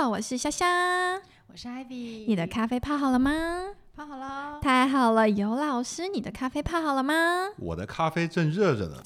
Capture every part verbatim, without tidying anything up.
好，我是夏夏， 我是 Ivy。 你的咖啡泡好了吗？ 泡好了。 太好了，尤老师，你的咖啡泡好了吗？ 我的咖啡正热着呢。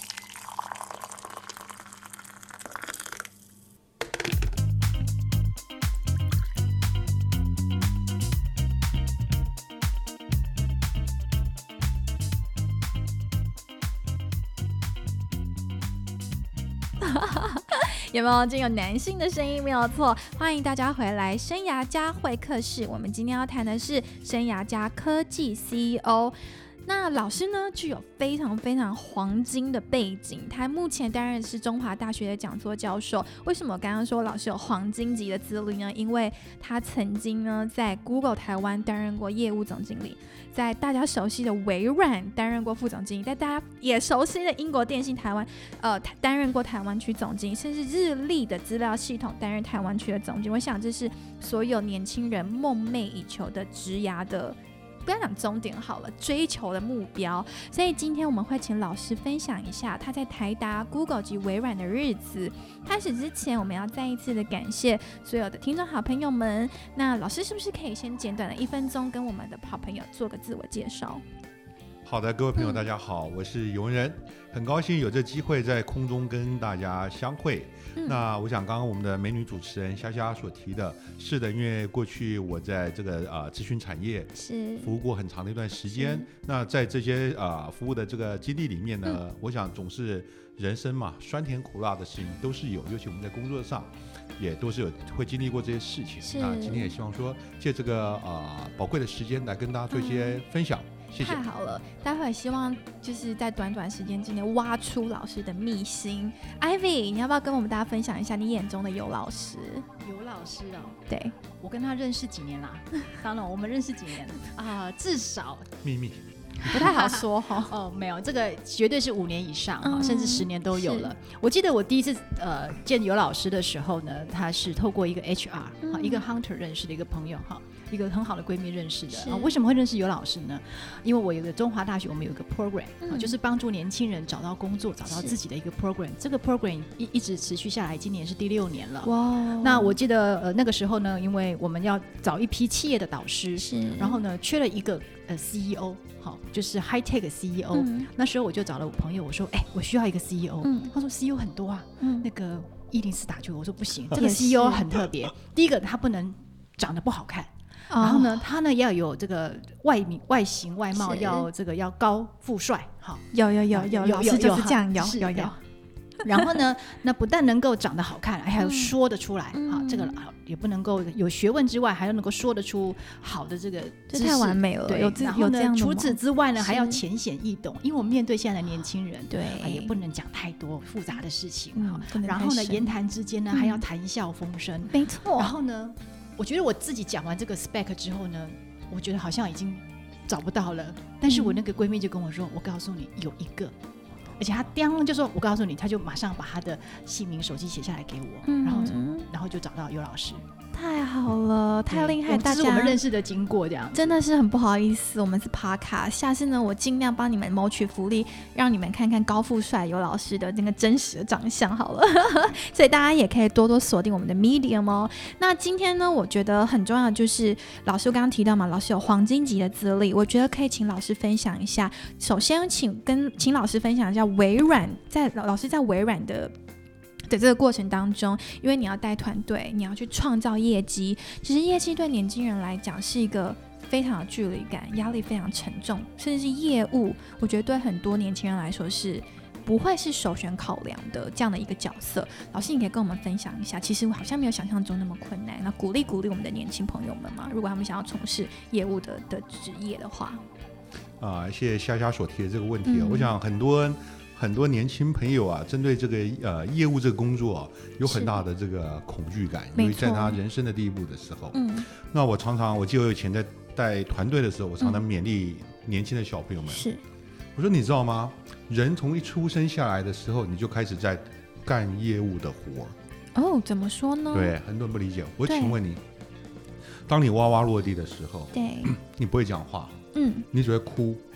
有没有？这有男性的声音没有错，欢迎大家回来生涯家会客室。我们今天要谈的是生涯家科技 C E O。那老师呢，具有非常非常黄金的背景，他目前担任是中华大学的讲座教授。为什么我刚刚说老师有黄金级的资历呢？因为他曾经呢在 Google 台湾担任过业务总经理，在大家熟悉的微软担任过副总经理，在大家也熟悉的英国电信台湾呃担任过台湾区总经理，甚至日立的资料系统担任台湾区的总经理。我想这是所有年轻人梦寐以求的职涯的，不要讲终点好了，追求的目标。所以今天我们会请老师分享一下他在台达、Google 及微软的日子。开始之前，我们要再一次的感谢所有的听众好朋友们。那老师是不是可以先简短的一分钟跟我们的好朋友做个自我介绍？ 好的，各位朋友大家好，嗯、我是尤文仁，很高兴有这机会在空中跟大家相会。嗯、那我想刚刚我们的美女主持人夏夏所提的是的，因为过去我在这个呃咨询产业是服务过很长的一段时间，那在这些呃服务的这个经历里面呢、嗯、我想总是人生嘛，酸甜苦辣的事情都是有，尤其我们在工作上也都是有会经历过这些事情。那今天也希望说借这个呃宝贵的时间来跟大家做一些分享。嗯谢谢。 太好了，待会希望就是在短短时间之内挖出老师的秘辛。 Ivy， 你要不要跟我们大家分享一下你眼中的尤老师？ 尤老师哦， 对， 我跟他认识几年啦？当然我们认识几年啊、呃，至少秘密不太好说哈。 哦，没有，这个绝对是五年以上、嗯、甚至十年都有了。我记得我第一次呃见尤老师的时候呢，他是透过一个 H R、嗯、一个 hunter 认识的一个朋友哈，一个很好的闺蜜认识的、啊、为什么会认识尤老师呢？因为我有个中华大学，我们有一个 program、嗯啊、就是帮助年轻人找到工作，找到自己的一个 program。这个 program 一, 一直持续下来，今年是第六年了。哇！那我记得呃那个时候呢，因为我们要找一批企业的导师，是，然后呢缺了一个呃 C E O。好，就是 high tech C E O、嗯、那时候我就找了我朋友，我说哎、欸，我需要一个 C E O、嗯、他说 C E O 很多啊、嗯、那个一零四打去，我说不行，这个 C E O 很特别，第一个他不能长得不好看，然后呢他呢要有这个外外形外貌要这个要高富帅。好， 有有有有老师就是这样，有有有。 然后呢，那不但能够长得好看，还要说得出来、嗯、好，这个也不能够有学问之外，还要能够说得出好的这个知识， 这太完美了。 对， 有然后呢， 有这样的除此之外呢，还要浅显易懂，因为我们面对现在的年轻人， 对、 啊，也不能讲太多复杂的事情、 嗯、 然后呢，言谈之间呢、嗯、还要谈笑风生， 没错。 然后呢，我觉得我自己讲完这个 spec 之后呢，我觉得好像已经找不到了，但是我那个闺蜜就跟我说，我告诉你有一个。而且他叮就说我告诉你，他就马上把他的姓名手机写下来给我、嗯、然后然后就找到尤老师。 太好了，太厉害！大家这是我们认识的经过，这样真的是很不好意思，我们是 Podcast， 下次呢我尽量帮你们谋取福利，让你们看看高富帅尤老师的那个真实的长相好了所以大家也可以多多锁定我们的 Medium 哦。那今天呢我觉得很重要的就是老师刚刚提到嘛，老师有黄金级的资历，我觉得可以请老师分享一下。首先请跟请老师分享一下微软在老师在微软的的这个过程当中，因为你要带团队，你要去创造业绩，其实业绩对年轻人来讲是一个非常有距离感，压力非常沉重，甚至是业务我觉得对很多年轻人来说是不会是首选考量的这样的一个角色。老师你可以跟我们分享一下，其实好像没有想象中那么困难，那鼓励鼓励我们的年轻朋友们嘛，如果他们想要从事业务 的, 的职业的话。 啊，谢谢夏夏所提的这个问题、嗯、我想很多很多年轻朋友啊，针对这个呃业务这个工作、啊、有很大的这个恐惧感，因为在他人生的第一步的时候，嗯，那我常常我记得我以前在带团队的时候，我常常勉励年轻的小朋友们，是、嗯，我说你知道吗？人从一出生下来的时候，你就开始在干业务的活。 哦，怎么说呢？ 对，很多人不理解。我请问你，当你哇哇落地的时候， 对， 你不会讲话， 嗯， 你只会哭，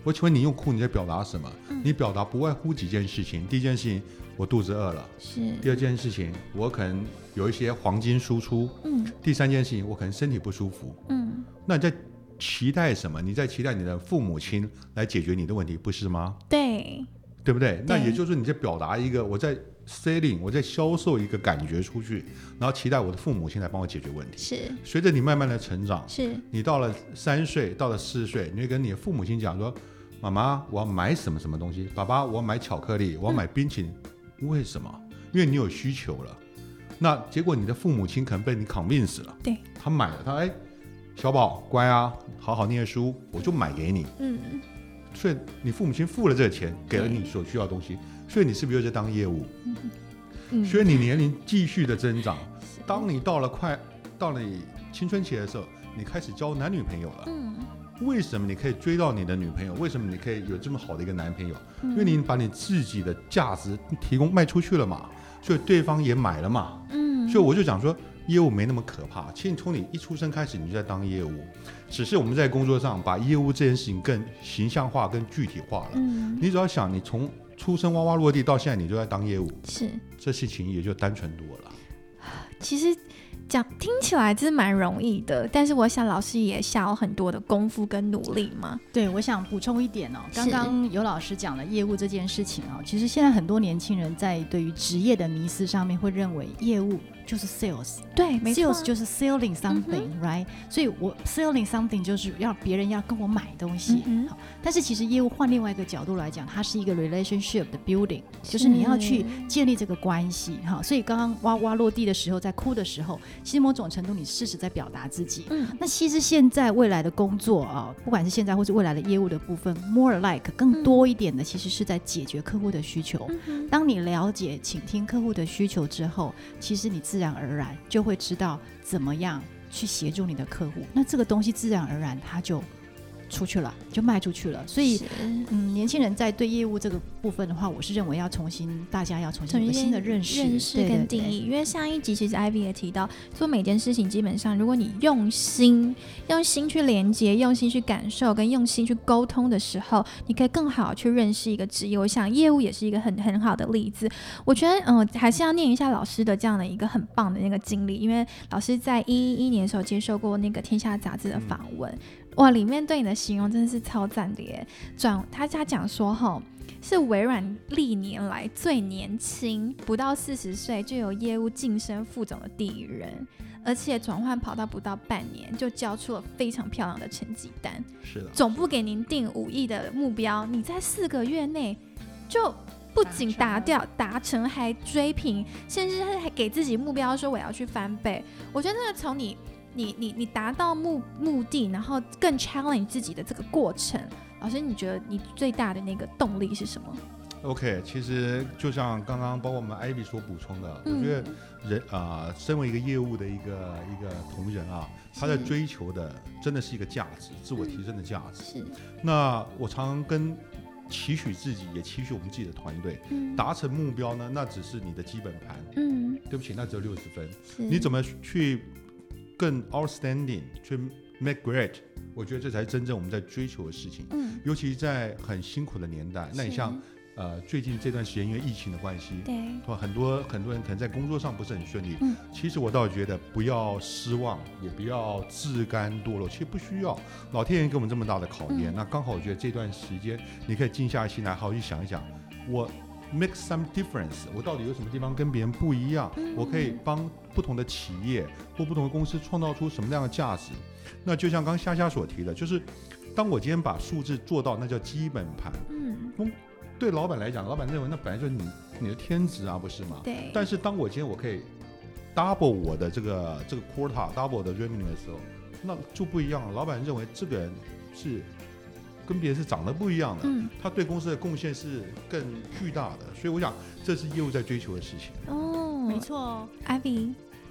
我请问你用哭你在表达什么？ 嗯、 你表达不外乎几件事情，第一件事情我肚子饿了， 是。 第二件事情我可能有一些黄金输出， 嗯。 第三件事情我可能身体不舒服， 嗯。 那你在期待什么？你在期待你的父母亲来解决你的问题，不是吗？ 对， 对不对？那也就是说你在表达一个我在 selling， 我在销售一个感觉出去，然后期待我的父母亲来帮我解决问题。 是。随着你慢慢的成长， 是你到了三岁，到了四岁，你会跟你的父母亲讲说：“妈妈，我要买什么什么东西；爸爸，我要买巧克力，我要买冰淇淋。嗯”为什么？因为你有需求了。那结果你的父母亲可能被你 convince 了， 对， 他买了，他哎，小宝乖啊，好好念书，我就买给你。嗯。所以你父母亲付了这个钱，给了你所需要的东西，所以你是不是又在当业务？嗯。所以你年龄继续的增长，当你到了快到了你青春期的时候，你开始交男女朋友了。嗯。为什么你可以追到你的女朋友？为什么你可以有这么好的一个男朋友？嗯、因为你把你自己的价值提供卖出去了嘛，所以对方也买了嘛。嗯。所以我就讲说，业务没那么可怕。其实你从你一出生开始，你就在当业务，只是我们在工作上把业务这件事情更形象化、更具体化了。嗯。你只要想，你从出生哇哇落地到现在，你就在当业务， 是这事情也就单纯多了。 其实讲听起来真是蛮容易的，但是我想老师也下了很多的功夫跟努力嘛。 对，我想补充一点哦，刚刚有老师讲了业务这件事情哦，其实现在很多年轻人在对于职业的迷思上面会认为业务就是 sales， 对，没错 ，sales 就是 selling something，right？、嗯、所以我 selling something 就是要别人要跟我买东西。嗯、好，但是其实业务换另外一个角度来讲，它是一个 relationship 的 building， 就是你要去建立这个关系。哈，所以刚刚哇哇落地的时候，在哭的时候，其实某种程度你事实在表达自己。嗯，那其实现在未来的工作啊，不管是现在或是未来的业务的部分 ，more like 更多一点的，其实是在解决客户的需求。嗯、当你了解、倾听客户的需求之后，其实你自然而然就会知道怎么样去协助你的客户，那这个东西自然而然它就出去了，就卖出去了。所以嗯，年轻人在对业务这个部分的话，我是认为要重新大家要重新有个新的认识认识跟定义。因为上一集其实 Ivy 也提到，做每件事情基本上如果你用心用心去连接，用心去感受跟用心去沟通的时候，你可以更好去认识一个职业。我想业务也是一个很很好的例子。我觉得嗯、呃，还是要念一下老师的这样的一个很棒的那个经历，因为老师在一一一年的时候接受过那个天下杂志的访问。嗯，哇，里面对你的形容真的是超赞的耶！转他他讲说哈，是微软历年来最年轻，不到四十岁就有业务晋升副总的第一人，而且转换跑道不到半年就交出了非常漂亮的成绩单。 是的， 总部给您定五亿的目标，你在四个月内就不仅达掉达成，还追平，甚至还给自己目标说我要去翻倍。我觉得那个从你。你你你达到目目的，然后更 challenge 自己的这个过程，老师，你觉得你最大的那个动力是什么 ？OK， 其实就像刚刚包括我们 Ivy 所补充的，嗯、我觉得人啊、呃，身为一个业务的一个一个同仁啊，他在追求的真的是一个价值，自我提升的价值。是。那我常常跟期许自己，也期许我们自己的团队、嗯、达成目标呢，那只是你的基本盘。嗯。对不起，那只有六十分。你怎么去？更 outstanding 去 make great， 我觉得这才是真正我们在追求的事情。嗯，尤其在很辛苦的年代，那你像呃最近这段时间因为疫情的关系， 对， 很多很多人可能在工作上不是很顺利。嗯，其实我倒觉得不要失望，也不要自甘堕落，其实不需要。老天爷给我们这么大的考验，嗯、那刚好我觉得这段时间你可以静下心来，好好去想一想，我 make some difference， 我到底有什么地方跟别人不一样？嗯、我可以帮不同的企业或不同的公司创造出什么样的价值？那就像刚夏夏所提的，就是当我今天把数字做到，那叫基本盘。嗯，对老板来讲，老板认为那本来就是你你的天职啊，不是吗？ 对。 但是当我今天我可以 double 我的这个这个 quota，double 的 revenue 的时候，那就不一样了。老板认为这个人是跟别人是长得不一样的，嗯，他对公司的贡献是更巨大的。所以我想，这是业务在追求的事情。 哦， 没错， 阿比。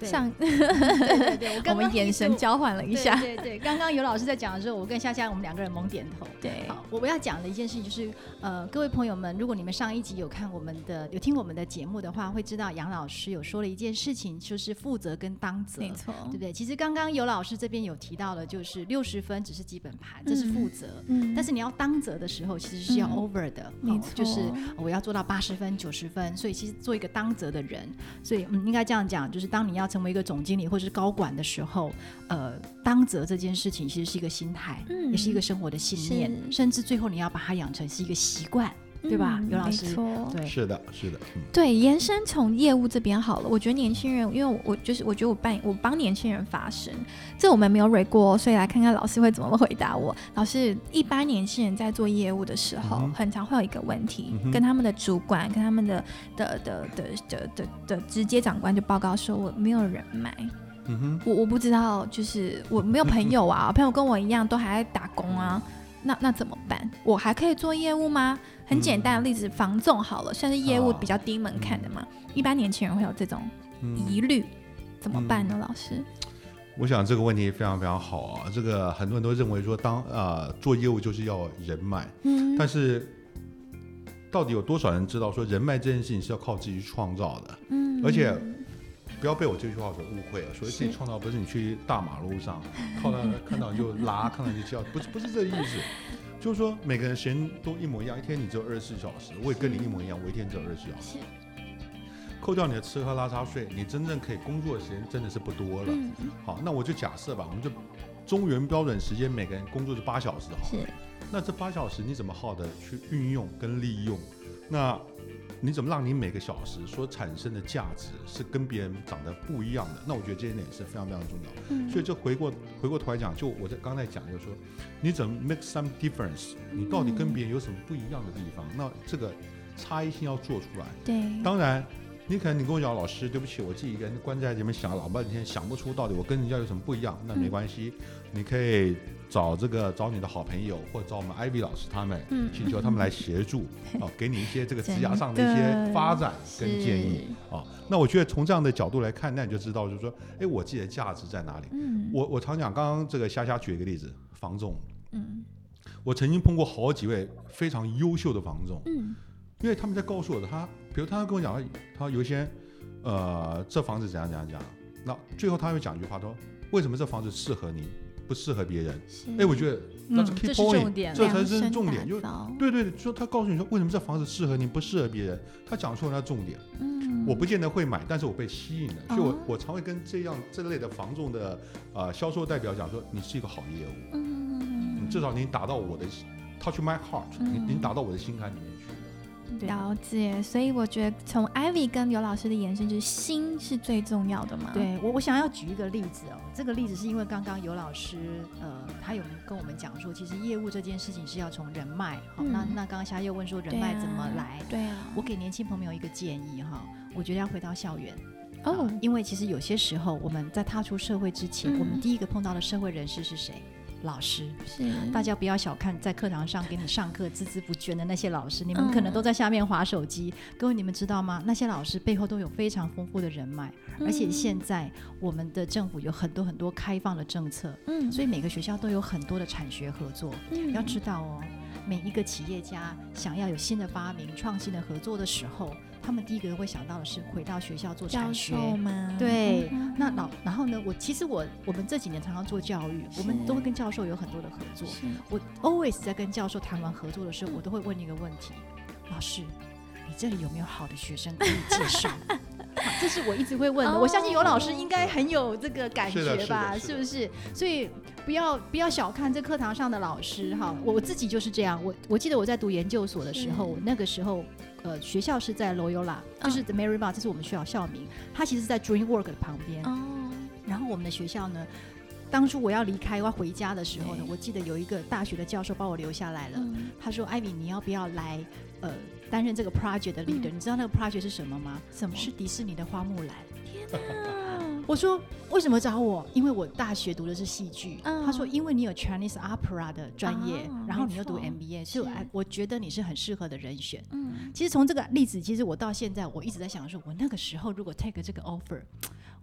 上对对对，我刚刚我们眼神交换了一下。 对对对，刚刚有老师在讲的时候，我跟夏夏我们两个人猛点头。 对， 好，我要讲的一件事情就是，呃，各位朋友们，如果你们上一集有看我们的、有听我们的节目的话，会知道杨老师有说了一件事情，就是负责跟当责， 没错， 对不对？其实刚刚有老师这边有提到了，就是六十分只是基本盘，这是负责，嗯，但是你要当责的时候，其实是要 over 的， 嗯、没错， 就是我要做到八十分、九十分，所以其实做一个当责的人，所以嗯，应该这样讲，就是当你要成为一个总经理或是高管的时候，呃，当责这件事情其实是一个心态，嗯，也是一个生活的信念，甚至最后你要把它养成是一个习惯。对吧，尤、嗯、老师？对， 是的，是的。 嗯、对，延伸从业务这边好了。我觉得年轻人，因为我就是我觉得我帮我帮年轻人发声，这我们没有蕊过，所以来看看老师会怎么回答我。老师，一般年轻人在做业务的时候，嗯、很常会有一个问题，嗯、跟他们的主管、跟他们的的的的的的的直接长官就报告说，我没有人脉。嗯哼，我我不知道，就是我没有朋友啊，朋友跟我一样都还在打工啊。那那怎么办？我还可以做业务吗？很简单的例子，房仲好了，算是业务比较低门槛的嘛。啊、一般年轻人会有这种疑虑，嗯、怎么办呢？老师？ 我想这个问题非常非常好啊。这个很多人都认为说当，呃做业务就是要人脉，嗯，但是到底有多少人知道说人脉这件事情是要靠自己去创造的？嗯，而且。不要被我这句话所误会了。所谓自己创造，不是你去大马路上看到看到你就拉，看到你就叫，不是不是这个意思。就是说每个人时间都一模一样，一天你只有二十四小时，我也跟你一模一样，我一天只有二十四小时。扣掉你的吃喝拉撒睡，你真正可以工作的时间真的是不多了。好，那我就假设吧，我们就中原标准时间，每个人工作是八小时好了。那这八小时你怎么好的去运用跟利用？那你怎么让你每个小时所产生的价值是跟别人长得不一样的？那我觉得这一点也是非常非常重要。嗯、所以就回过回过头来讲，就我在刚才讲，就是说你怎么 make some difference， 你到底跟别人有什么不一样的地方？嗯、那这个差异性要做出来。 对， 当然你可能你跟我讲，老师，对不起，我自己一个人关在里面想老半天，想不出到底我跟人家有什么不一样。那没关系，嗯、你可以找这个找你的好朋友，或者找我们 Ivy 老师他们，嗯、请求他们来协助，哦，给你一些这个职涯上的一些发展跟建议啊。那我觉得从这样的角度来看，那你就知道，就是说，哎，我自己的价值在哪里？嗯、我我常讲，刚刚这个虾虾举一个例子，房仲，嗯，我曾经碰过好几位非常优秀的房仲，嗯。因为他们在告诉我的，他比如他跟我讲，他有一些呃这房子怎样怎样怎样，那最后他会讲一句话，说为什么这房子适合你，不适合别人？哎，我觉得那是 key point，、嗯、这才是重点。就对对，说他告诉你说为什么这房子适合你，不适合别人，他讲出了那重点。嗯，我不见得会买，但是我被吸引了，所以我、哦、我常会跟这样这类的房仲的呃销售代表讲说，你是一个好业务，嗯，嗯至少你打到我的 touch my heart，、嗯、你你打到我的心坎里面。 了解，所以我觉得从 Ivy 跟刘老师的延伸，就是心是最重要的嘛。 对，我我想要举一个例子哦，这个例子是因为刚刚尤老师呃，他有跟我们讲说，其实业务这件事情是要从人脉。好、嗯，那那刚刚夏又问说人脉怎么来？ 对啊， 我给年轻朋友一个建议哈，我觉得要回到校园。哦，因为其实有些时候我们在踏出社会之前，嗯、我们第一个碰到的社会人士是谁？老师，是大家不要小看在课堂上给你上课孜孜不倦的那些老师，你们可能都在下面滑手机、嗯、各位你们知道吗？那些老师背后都有非常丰富的人脉、嗯、而且现在我们的政府有很多很多开放的政策、嗯、所以每个学校都有很多的产学合作、嗯、要知道哦，每一个企业家想要有新的发明创新的合作的时候，他们第一个会想到的是回到学校做产学吗？ 对、嗯、那老然后呢，我其实我我们这几年常常做教育，我们都会跟教授有很多的合作。我 always 在跟教授谈完合作的时候，我都会问一个问题：老师，你这里有没有好的学生可以介绍？这是我一直会问的、哦、我相信尤老师应该很有这个感觉吧， 是, 是, 是, 是不是？所以不要不要小看这课堂上的老师哈、嗯，我自己就是这样。我我记得我在读研究所的时候，我那个时候呃学校是在 Loyola， 就是 The Marymount， 这是我们学校校名，它其实是在 DreamWorks 的旁边。哦，然后我们的学校呢，当初我要离开我要回家的时候呢，我记得有一个大学的教授把我留下来了、嗯、他说 Ivy 你要不要来呃担任这个 project 的 leader、嗯、你知道那个 project 是什么吗？什么？是迪士尼的花木兰。天哪我说为什么找我？因为我大学读的是戏剧、嗯、他说因为你有 Chinese opera 的专业、哦、然后你又读 M B A， 所以 我, 我觉得你是很适合的人选、嗯、其实从这个例子，其实我到现在我一直在想说，我那个时候如果 take 这个 offer，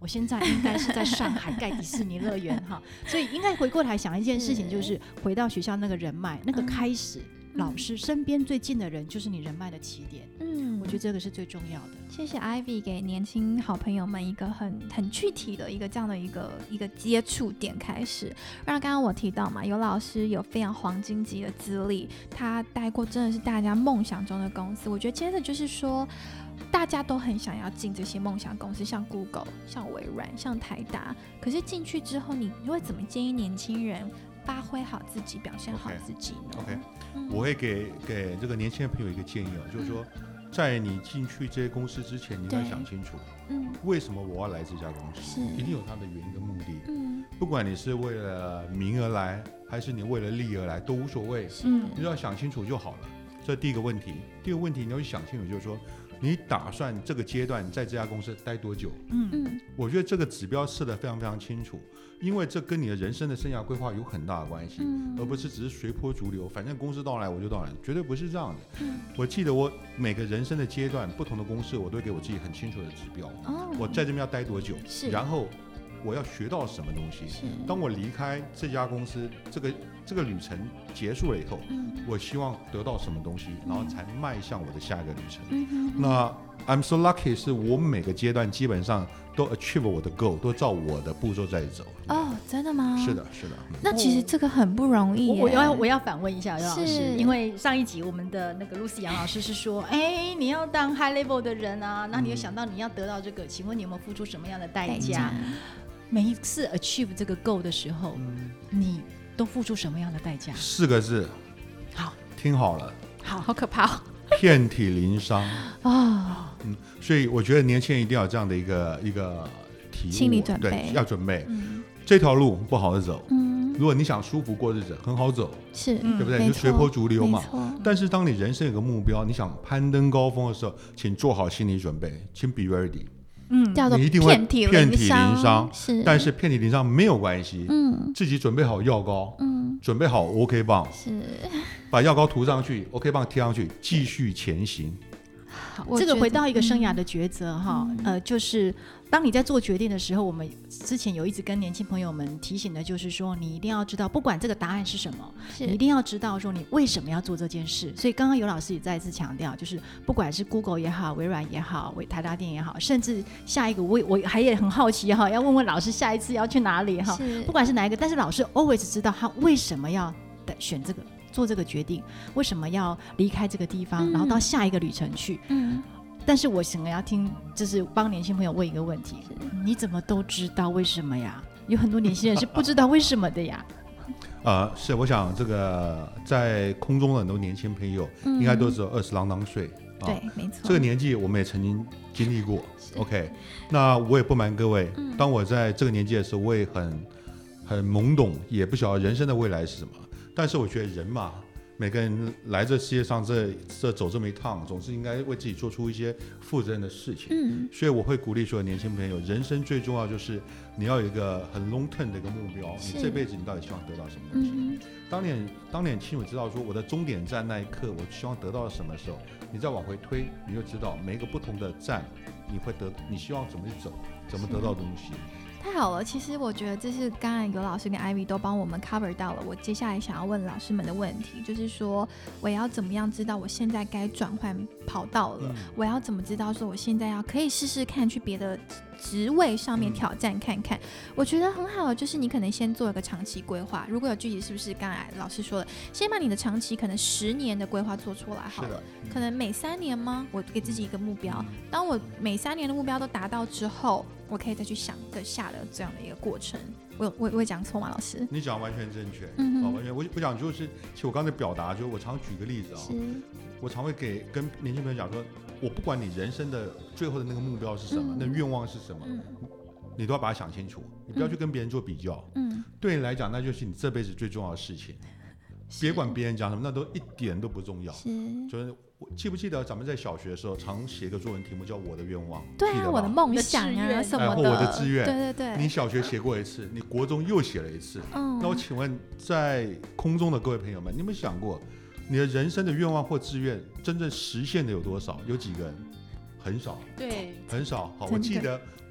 我现在应该是在上海盖迪士尼乐园哈，所以应该回过来想一件事情，就是回到学校那个人脉那个开始。嗯老师身边最近的人就是你人脉的起点，嗯，我觉得这个是最重要的。 谢谢 Ivy 给年轻好朋友们一个很很具体的一个这样的一个一个接触点开始。让刚刚我提到嘛，有老师有非常黄金级的资历，他带过真的是大家梦想中的公司。我觉得接着就是说，大家都很想要进这些梦想公司，像 Google、像微软、像台达。可是进去之后，你会怎么建议年轻人发挥好自己，表现好自己呢 ？OK，, okay.、嗯、我会给给这个年轻的朋友一个建议哦，就是说，在你进去这些公司之前，你要想清楚，嗯，为什么我要来这家公司？一定有它的原因跟目的。嗯，不管你是为了名而来，还是你为了利而来，都无所谓。嗯，你只要想清楚就好了。这第一个问题。第二个问题，你要去想清楚，就是说，你打算这个阶段在这家公司待多久？嗯嗯，我觉得这个指标设得非常非常清楚。因为这跟你的人生的生涯规划有很大的关系，嗯、而不是只是随波逐流，反正公司到来我就到来，绝对不是这样的。嗯、我记得我每个人生的阶段，不同的公司，我都会给我自己很清楚的指标。哦、我在这边要待多久，然后我要学到什么东西。当我离开这家公司，这个这个旅程结束了以后，嗯、我希望得到什么东西，然后才迈向我的下一个旅程。嗯、那 I'm so lucky 是我每个阶段基本上都 achieve 我的 goal， 都照我的步骤在走。 哦，真的吗？ 是的，是的。嗯、 那其实这个很不容易耶。 我要我要反问一下姚老师，因为上一集我们的那个 Lucy 杨老师是说，哎，你要当 high level 的人啊，那你有想到你要得到这个，请问你有没有付出什么样的代价？每一次 achieve 这个 goal 的时候，嗯、你都付出什么样的代价？ 四个字。 好， 听好了。 好，好可怕哦。 遍体鳞伤哦，嗯，所以我觉得年轻人一定要有这样的一个一个体悟， 心理准备， 对，要准备。嗯、这条路不好走，嗯，如果你想舒服过日子，很好走， 是， 对不对？就随波逐流嘛。但是当你人生有个目标，你想攀登高峰的时候，请做好心理准备，请 be ready。 嗯，叫做你一定会遍体鳞伤， 是， 但是遍体鳞伤没有关系，嗯，自己准备好药膏，嗯，准备好 OK 棒， 是， 把药膏涂上去 ，OK 棒贴上去，继续前行。 好，这个回到一个生涯的抉择哈、嗯，呃，就是当你在做决定的时候，我们之前有一直跟年轻朋友们提醒的，就是说你一定要知道，不管这个答案是什么，你一定要知道说你为什么要做这件事。所以刚刚尤老师也再一次强调，就是不管是 Google 也好，微软也好，台达电也好，甚至下一个我我还也很好奇哈，要问问老师下一次要去哪里哈，不管是哪一个，但是老师 always 知道他为什么要选这个。做这个决定，为什么要离开这个地方，嗯、然后到下一个旅程去？嗯，但是我想要听，就是帮年轻朋友问一个问题：你怎么都知道为什么呀？有很多年轻人是不知道为什么的呀。 呃，是，我想这个在空中的很多年轻朋友，嗯、应该都只有二十郎当岁。 对，啊，没错。 这个年纪我们也曾经经历过。OK， 那我也不瞒各位，嗯、当我在这个年纪的时候，我也很很懵懂，也不晓得人生的未来是什么。但是我觉得人嘛，每个人来这世界上这这走这么一趟，总是应该为自己做出一些负责任的事情。嗯，所以我会鼓励所有年轻朋友，人生最重要就是你要有一个很 long term 的一个目标，你这辈子你到底希望得到什么东西？嗯、当你当你很清楚知道说我的终点站那一刻，我希望得到什么的时候，你再往回推，你就知道每一个不同的站，你会得你希望怎么去走，怎么得到东西。 太好了，其实我觉得这是刚才尤老师跟 Ivy 都帮我们 cover 到了我接下来想要问老师们的问题，就是说我要怎么样知道我现在该转换跑道了、嗯、我要怎么知道说我现在要可以试试看去别的职位上面挑战看看、嗯、我觉得很好，就是你可能先做一个长期规划，如果有具体是不是刚才老师说的，先把你的长期可能十年的规划做出来好了、嗯、可能每三年吗，我给自己一个目标、嗯、当我每三年的目标都达到之后，我可以再去想的下的这样的一个过程。我我会讲错吗，老师？ 你讲完全正确。嗯、哦、完全我我讲就是，其实我刚才表达，就是我常举个例子啊、哦，我常会给跟年轻朋友讲说，我不管你人生的最后的那个目标是什么，嗯、那愿望是什么、嗯，你都要把它想清楚，你不要去跟别人做比较。嗯，对你来讲，那就是你这辈子最重要的事情。别管别人讲什么，那都一点都不重要。是，就是我记不记得咱们在小学的时候常写个作文题目叫我的愿望？ 对啊，我的梦想啊什么的， 或我的志愿。 对对对。 你小学写过一次，你国中又写了一次。嗯。那我请问，在空中的各位朋友们，你有没有想过，你的人生的愿望或志愿真正实现的有多少？有几个人？很少。 对。 很少。好，我记得。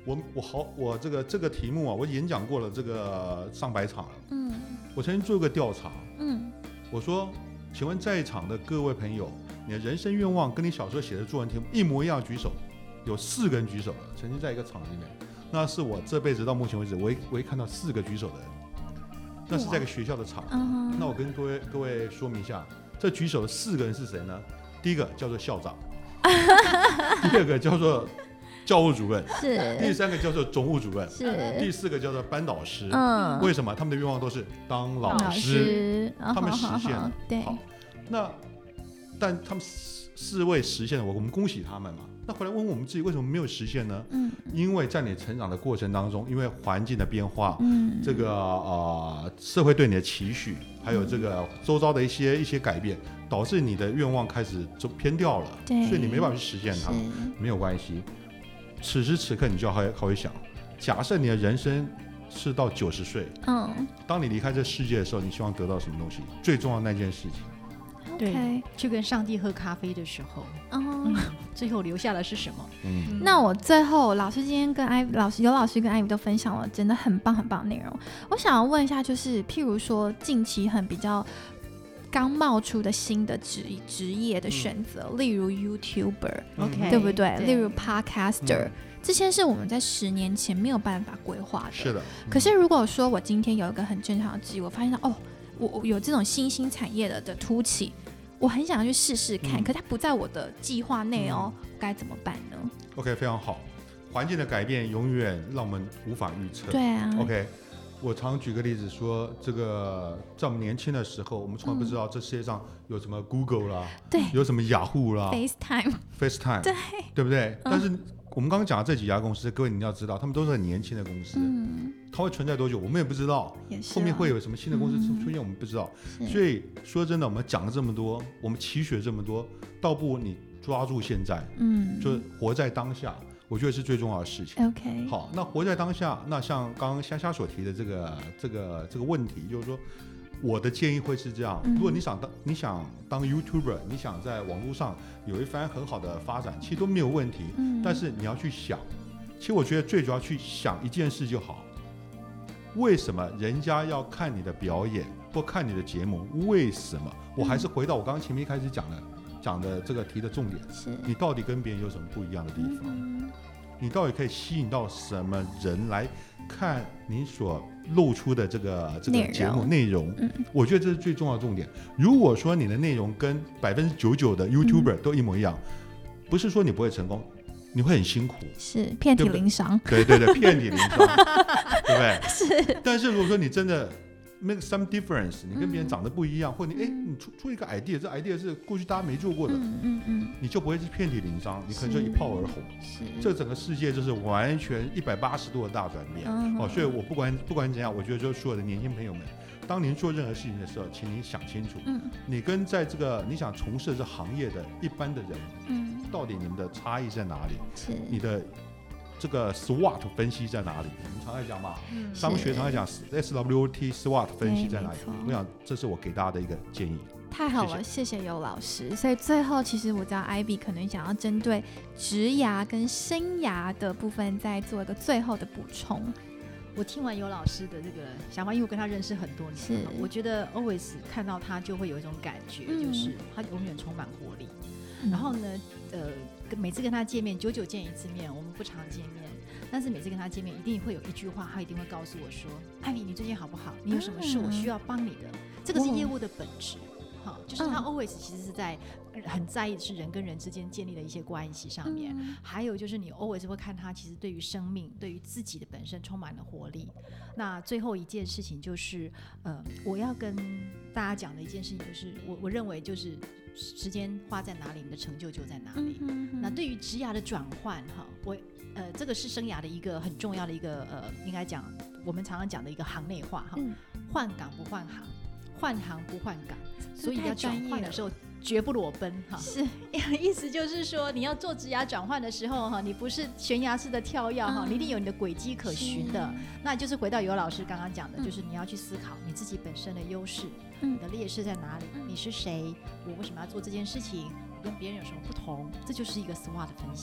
我我好我这个这个题目啊，我演讲过了这个上百场了。 嗯， 我曾经做过调查， 嗯， 我说，请问在场的各位朋友，你的人生愿望跟你小时候写的作文题目一模一样，举手。有四个人举手了，曾经在一个场里面，那是我这辈子到目前为止唯一唯一看到四个举手的人。那是在一个学校的场。 嗯、 那我跟各位各位说明一下，这举手的四个人是谁呢？第一个叫做校长，第二个叫做教务主任， 是第三个叫做总务主任， 是第四个叫做班导师。 嗯， 为什么？他们的愿望都是当老师， 老师他们实现了。 哦、对， 好，那但他们四位实现了，我们恭喜他们嘛。那回来问问我们自己，为什么没有实现呢？嗯，因为在你成长的过程当中，因为环境的变化，嗯，这个呃社会对你的期许，还有这个周遭的一些一些改变，导致你的愿望开始就偏掉了， 对， 所以你没办法去实现它。没有关系，此时此刻你就要好好想，假设你的人生是到九十岁，嗯，当你离开这世界的时候，你希望得到什么东西？最重要的那件事情。 对， okay. 去跟上帝喝咖啡的时候，哦、嗯，最后留下的是什么？ 嗯，那我最后老师今天跟艾老师尤老师跟艾米都分享了真的很棒很棒的内容。我想要问一下，就是譬如说近期很比较刚冒出的新的职职业的选择，嗯、例如 YouTuber，OK，、嗯、对不对？对，例如 Podcaster，、嗯、这些是我们在十年前没有办法规划的。 是的。 嗯、可是如果说我今天有一个很正常的职业，我发现到哦，我我有这种新兴产业的的突起。我很想要去试试看、嗯、可它不在我的计划内哦、嗯、该怎么办呢？ OK， 非常好。环境的改变永远让我们无法预测。 对啊。 OK， 我常举个例子说，这个在我们年轻的时候，我们从来不知道这世界上有什么 Google 啦， 对， 有什么雅虎啦 FaceTime FaceTime， 对， 对不对、嗯、但是我们刚刚讲的这几家公司，各位你要知道他们都是很年轻的公司、嗯、它会存在多久我们也不知道， 也是、啊、 后面会有什么新的公司出现、嗯、我们不知道。所以说真的，我们讲了这么多，我们期许了这么多，倒不如你抓住现在，嗯，就活在当下，我觉得是最重要的事情。 OK， 好，那活在当下，那像刚刚虾虾所提的这个这个这个问题，就是说我的建议会是这样，如果你想当你想当 YouTuber， 你想在网络上有一番很好的发展，其实都没有问题、嗯、但是你要去想，其实我觉得最主要去想一件事就好，为什么人家要看你的表演或看你的节目？为什么？我还是回到我刚刚前面一开始讲的讲的这个题的重点，是你到底跟别人有什么不一样的地方、嗯、你到底可以吸引到什么人来看你所露出的这个这个节目内容、嗯、我觉得这是最重要的重点。如果说你的内容跟百分之九十九的 YouTuber 都一模一样、嗯、不是说你不会成功，你会很辛苦， 是遍体鳞伤， 对对对，遍体鳞伤对不对？是。但是如果说你真的 make some difference， 你跟别人长得不一样、嗯、或者 你, 你 出, 出一个 idea， 这 idea 是过去大家没做过的，嗯嗯嗯，你就不会是遍体鳞伤，你可能就一炮而红。是，这整个世界就是完全一百八十度的大转变、嗯哦、所以我不管不管怎样，我觉得就所有的年轻朋友们，当您做任何事情的时候，请您想清楚、嗯、你跟在这个你想从事这行业的一般的人、嗯、到底你们的差异在哪里？是你的这个 SWOT 分析在哪里？我们常在讲嘛，嗯、商学常在讲 S W O T SWOT 分析在哪里？我想这是我给大家的一个建议。 太好了，谢谢尤老师。所以最后，其实我知道 Ivy 可能想要针对职涯跟生涯的部分，再做一个最后的补充。 我听完尤老师的这个想法，因为我跟他认识很多年，我觉得 always 看到他就会有一种感觉，嗯、就是他永远充满活力。嗯、然后呢，呃，每次跟他见面，久久见一次面，我们不常见面，但是每次跟他见面，一定会有一句话，他一定会告诉我说：“艾米，你最近好不好？你有什么事我需要帮你的？”嗯、这个是业务的本质。哦，就是他 always 其实是在很在意是人跟人之间建立的一些关系上面、嗯、还有就是你 always 会看他其实对于生命对于自己的本身充满了活力。那最后一件事情就是呃，我要跟大家讲的一件事情就是 我, 我认为就是时间花在哪里你的成就就在哪里、嗯哼哼。那对于职涯的转换哈，我呃这个是生涯的一个很重要的一个呃应该讲我们常常讲的一个行内化哈、嗯，换岗不换行，换行不换岗，所以要转换的时候绝不裸奔哈。是，意思就是说，你要做职涯转换的时候哈，你不是悬崖式的跳跃哈、嗯，你一定有你的轨迹可循的。那就是回到尤老师刚刚讲的、嗯，就是你要去思考你自己本身的优势、嗯，你的劣势在哪里？嗯、你是谁？我为什么要做这件事情？我跟别人有什么不同？这就是一个 SWOT 分析。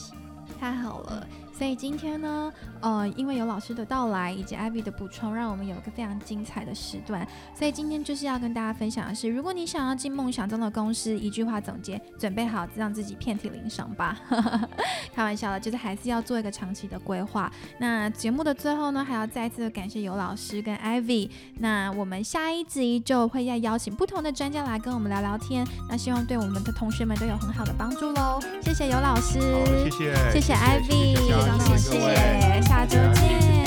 太好了。所以今天呢，呃，因为有老师的到来以及 Ivy 的补充，让我们有一个非常精彩的时段。所以今天就是要跟大家分享的是，如果你想要进梦想中的公司，一句话总结：准备好让自己遍体鳞伤吧。开玩笑的，就是还是要做一个长期的规划。那节目的最后呢，还要再次的感谢尤老师跟 Ivy。那我们下一集就会再邀请不同的专家来跟我们聊聊天。那希望对我们的同学们都有很好的帮助喽。谢谢尤老师， 好，谢谢， 谢谢 Ivy。 谢谢， 谢谢，下周见。